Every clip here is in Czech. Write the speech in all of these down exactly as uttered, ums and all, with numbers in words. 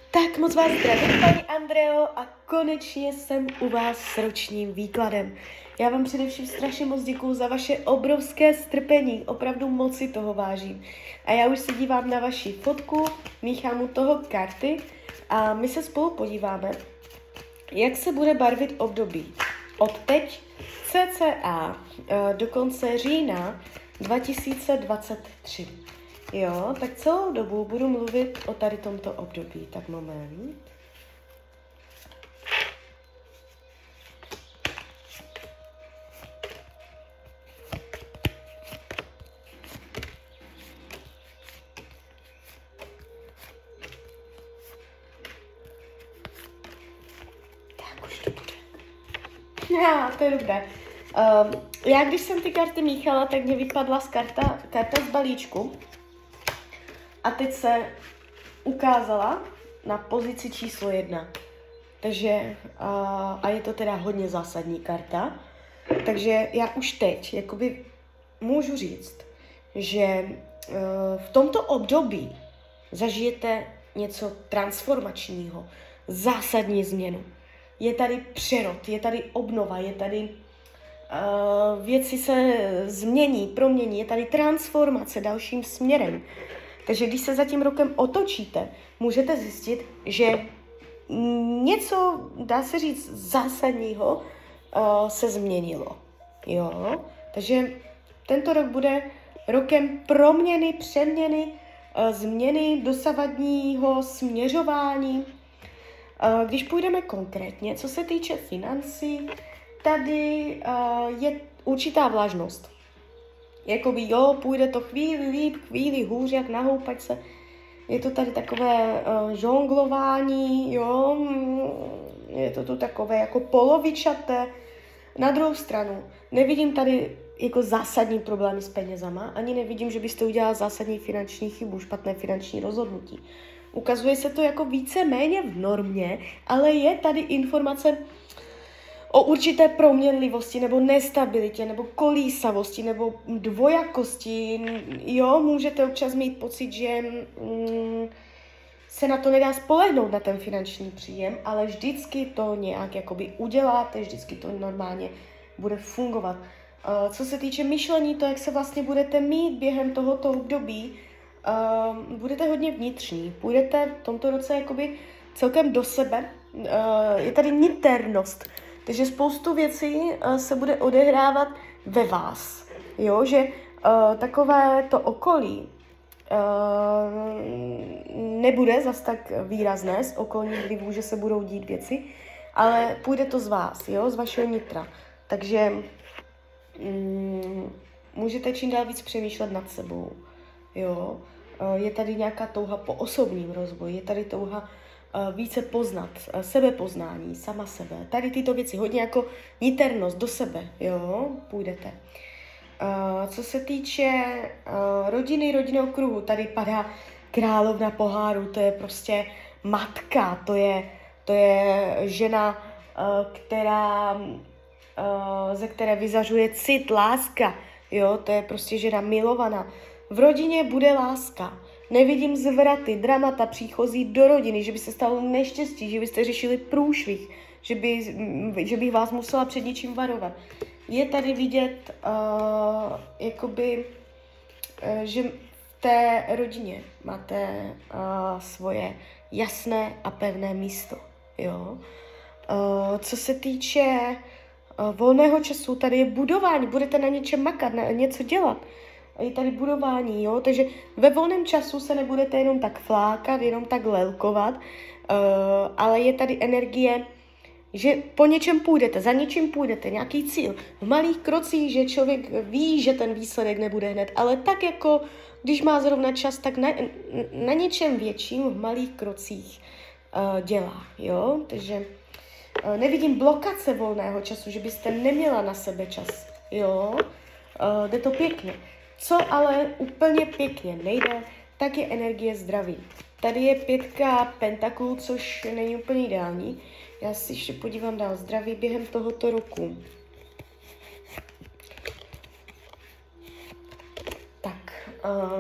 Tak moc vás zdravím, paní Andreo, a konečně jsem u vás s ročním výkladem. Já vám především strašně moc děkuju za vaše obrovské strpení, opravdu moc si toho vážím. A já už se dívám na vaši fotku, míchám u toho karty a my se spolu podíváme, jak se bude barvit období od teď cca do konce října dva tisíce dvacet tři. Jo, tak celou dobu budu mluvit o tady tomto období. Tak moment. Tak už to bude. Já, to je dobré. Um, já když jsem ty karty míchala, tak mě vypadla z karta, karta z balíčku. A teď se ukázala na pozici číslo jedna. Takže, a, a je to teda hodně zásadní karta. Takže já už teď jakoby můžu říct, že uh, v tomto období zažijete něco transformačního, zásadní změnu. Je tady přerod, je tady obnova, je tady uh, věci se změní, promění, je tady transformace dalším směrem. Takže když se za tím rokem otočíte, můžete zjistit, že něco, dá se říct, zásadního uh, se změnilo. Jo? Takže tento rok bude rokem proměny, přeměny, uh, změny dosavadního směřování. Uh, když půjdeme konkrétně, co se týče financí, tady uh, je určitá vlažnost. Jakoby jo, půjde to chvíli líp, chvíli hůř, jak na houpačce. Je to tady takové uh, žonglování, jo, je to tu takové jako polovičaté. Na druhou stranu, nevidím tady jako zásadní problémy s penězama, ani nevidím, že byste udělal zásadní finanční chybu, špatné finanční rozhodnutí. Ukazuje se to jako více méně v normě, ale je tady informace o určité proměnlivosti, nebo nestabilitě, nebo kolísavosti, nebo dvojakosti. Jo, můžete občas mít pocit, že mm, se na to nedá spolehnout, na ten finanční příjem, ale vždycky to nějak jakoby uděláte, vždycky to normálně bude fungovat. Uh, co se týče myšlení, to, jak se vlastně budete mít během tohoto období, uh, budete hodně vnitřní, půjdete v tomto roce jakoby celkem do sebe, uh, je tady niternost. Takže spoustu věcí uh, se bude odehrávat ve vás. Jo, že uh, takové to okolí uh, nebude zas tak výrazné z okolních vlivů, že se budou dít věci, ale půjde to z vás, jo, z vašeho nitra. Takže um, můžete čím dál víc přemýšlet nad sebou. Jo. Uh, je tady nějaká touha po osobním rozvoji, je tady touha více poznat, sebepoznání, sama sebe. Tady tyto věci, hodně jako niternost do sebe, jo, půjdete. Uh, co se týče uh, rodiny, rodinného kruhu, tady padá královna poháru, to je prostě matka, to je, to je žena, uh, která, uh, ze které vyzařuje cit, láska, jo, to je prostě žena milovaná. V rodině bude láska. Nevidím zvraty, dramata příchozí do rodiny, že by se stalo neštěstí, že byste řešili průšvih, že, by, že bych vás musela před něčím varovat. Je tady vidět, uh, jakoby, uh, že v té rodině máte uh, svoje jasné a pevné místo. Jo? Uh, co se týče uh, volného času, tady je budování, budete na něčem makat, na něco dělat. Je tady budování, jo, takže ve volném času se nebudete jenom tak flákat, jenom tak lelkovat, uh, ale je tady energie, že po něčem půjdete, za něčím půjdete, nějaký cíl. V malých krocích, že člověk ví, že ten výsledek nebude hned, ale tak jako, když má zrovna čas, tak na, na něčem větším v malých krocích uh, dělá, jo, takže uh, nevidím blokace volného času, že byste neměla na sebe čas, jo, uh, jde to pěkně. Co ale úplně pěkně nejde, tak je energie zdraví. Tady je pětka pentaklů, což není úplně ideální. Já si ještě podívám dál zdraví během tohoto roku. Tak, uh,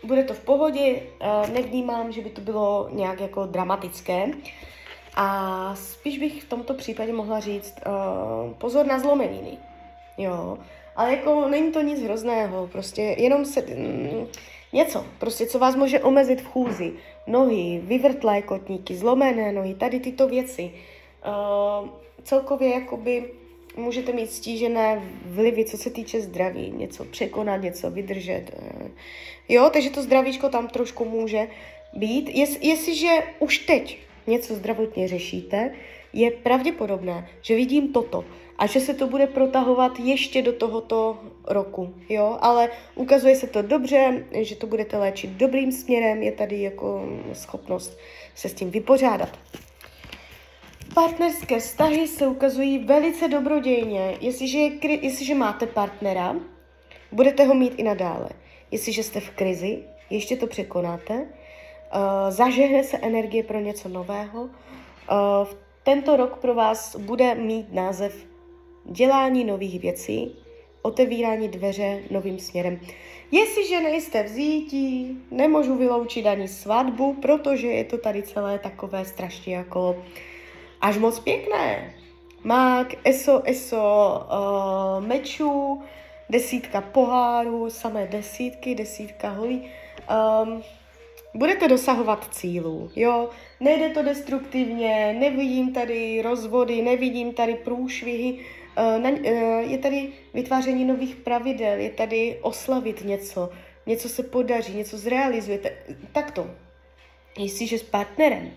bude to v pohodě, uh, nevnímám, že by to bylo nějak jako dramatické. A spíš bych v tomto případě mohla říct uh, pozor na zlomeniny. Jo, ale jako není to nic hrozného, prostě jenom se... Mm, něco, prostě co vás může omezit v chůzi. Nohy, vyvrtlé kotníky, zlomené nohy, tady tyto věci. Uh, celkově jakoby můžete mít stížené vlivy, co se týče zdraví, něco překonat, něco vydržet. Uh, jo, takže to zdravíčko tam trošku může být. Jest, jestliže už teď něco zdravotně řešíte, je pravděpodobné, že vidím toto a že se to bude protahovat ještě do tohoto roku, jo, ale ukazuje se to dobře, že to budete léčit dobrým směrem, je tady jako schopnost se s tím vypořádat. Partnerské vztahy se ukazují velice dobrodějně, jestliže, jestliže máte partnera, budete ho mít i nadále. Jestliže jste v krizi, ještě to překonáte, uh, zažehne se energie pro něco nového, uh, tento rok pro vás bude mít název dělání nových věcí, otevírání dveře novým směrem. Jestliže nejste v zítí, nemůžu vyloučit ani svatbu, protože je to tady celé takové strašně jako až moc pěkné. Mák, eso, eso, uh, mečů, desítka pohárů, samé desítky, desítka holí. Um, budete dosahovat cílů, jo. Nejde to destruktivně, nevidím tady rozvody, nevidím tady průšvihy. Je tady vytváření nových pravidel, je tady oslavit něco, něco se podaří, něco zrealizujete. Takto, jestliže s partnerem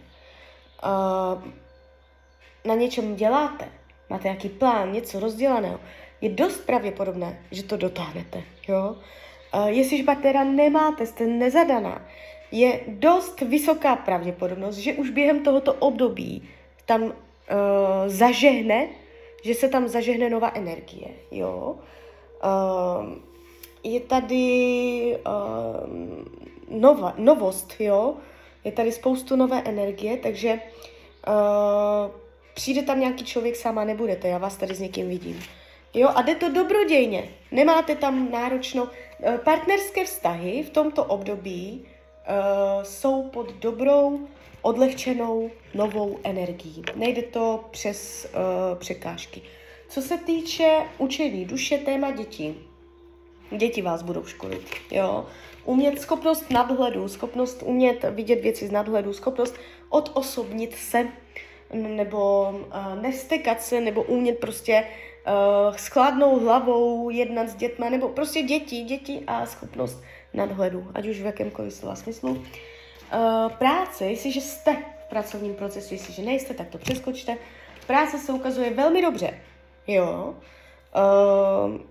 na něčem děláte, máte nějaký plán, něco rozdělaného, je dost pravděpodobné, že to dotáhnete. Jo? Jestliže partnera nemáte, jste nezadaná, je dost vysoká pravděpodobnost, že už během tohoto období tam uh, zažehne, že se tam zažehne nová energie, jo. Uh, je tady uh, nova, novost, jo. Je tady spoustu nové energie, takže uh, přijde tam nějaký člověk, sama nebudete, já vás tady s někým vidím. Jo, a jde to dobrodějně, nemáte tam náročno. Uh, partnerské vztahy v tomto období uh, jsou pod dobrou, odlehčenou novou energií. Nejde to přes uh, překážky. Co se týče učení duše, téma dětí. Děti vás budou školit, jo. Umět schopnost nadhledu, schopnost umět vidět věci z nadhledu, schopnost odosobnit se, nebo uh, nestekat se, nebo umět prostě uh, s chladnou hlavou jednat s dětma, nebo prostě děti, děti a schopnost nadhledu, ať už v jakémkoliv slova smyslu. Uh, práce, jestliže jste v pracovním procesu, jestliže nejste, tak to přeskočte. Práce se ukazuje velmi dobře, jo. Uh,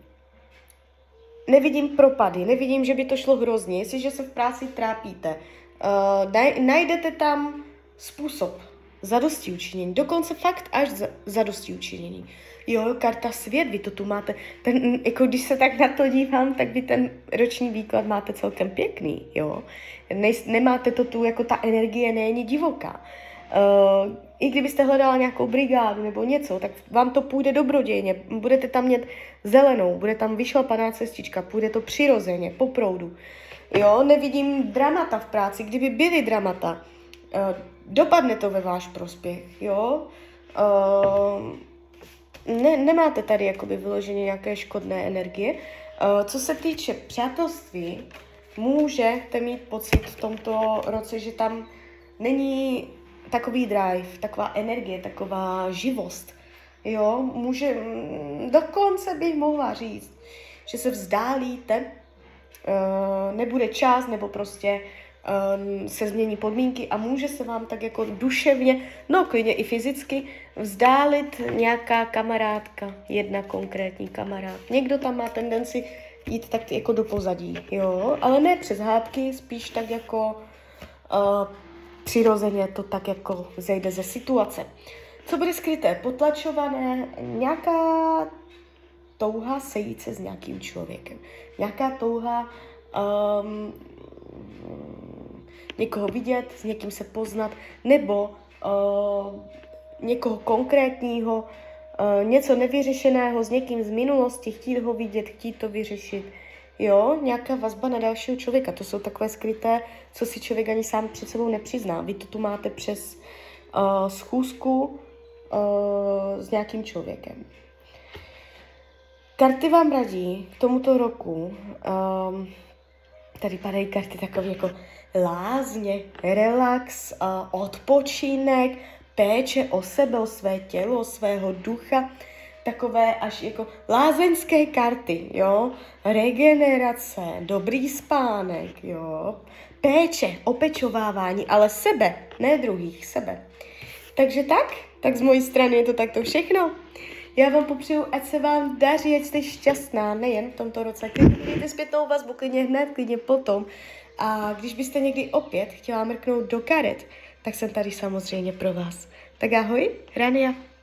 nevidím propady, nevidím, že by to šlo hrozně, jestliže se v práci trápíte. Uh, daj, najdete tam způsob zadostiučinění, dokonce fakt až za, zadostiučinění. Jo, karta svět, vy to tu máte, ten, jako když se tak na to dívám, tak vy ten roční výklad máte celkem pěkný, jo. Ne, nemáte to tu, jako ta energie není divoká. Uh, I kdybyste hledala nějakou brigádu nebo něco, tak vám to půjde dobrodějně, budete tam mít zelenou, bude tam vyšlapaná cestička, půjde to přirozeně, po proudu. Jo, nevidím dramata v práci, kdyby byly dramata, uh, dopadne to ve váš prospěch, jo. Uh, Ne, nemáte tady jakoby vyloženě nějaké škodné energie. Uh, co se týče přátelství, můžete mít pocit v tomto roce, že tam není takový drive, taková energie, taková živost. Jo, může, dokonce bych mohla říct, že se vzdálíte, uh, nebude čas, nebo prostě se změní podmínky a může se vám tak jako duševně, no klidně i fyzicky, vzdálit nějaká kamarádka, jedna konkrétní kamarád. Někdo tam má tendenci jít tak jako do pozadí, jo, ale ne přes hádky, spíš tak jako uh, přirozeně to tak jako zejde ze situace. Co bude skryté? Potlačované, nějaká touha sejít se s nějakým člověkem, nějaká touha um, někoho vidět, s někým se poznat, nebo uh, někoho konkrétního, uh, něco nevyřešeného s někým z minulosti, chtít ho vidět, chtít to vyřešit. jo, nějaká vazba na dalšího člověka. To jsou takové skryté, co si člověk ani sám před sebou nepřizná. Vy to tu máte přes uh, schůzku uh, s nějakým člověkem. Karty vám radí k tomuto roku. Um, tady padají karty takové jako lázně, relax, uh, odpočinek, péče o sebe, o své tělo, o svého ducha, takové až jako lázeňské karty, jo, regenerace, dobrý spánek, jo, péče, opečovávání, ale sebe, ne druhých, sebe. Takže tak, tak z mojí strany je to takto všechno. Já vám popřeju, ať se vám daří, ať jste šťastná, nejen v tomto roce. Klidně dejte zpětnou vazbu, klidně hned, klidně potom. A když byste někdy opět chtěla mrknout do karet, tak jsem tady samozřejmě pro vás. Tak ahoj, Rania.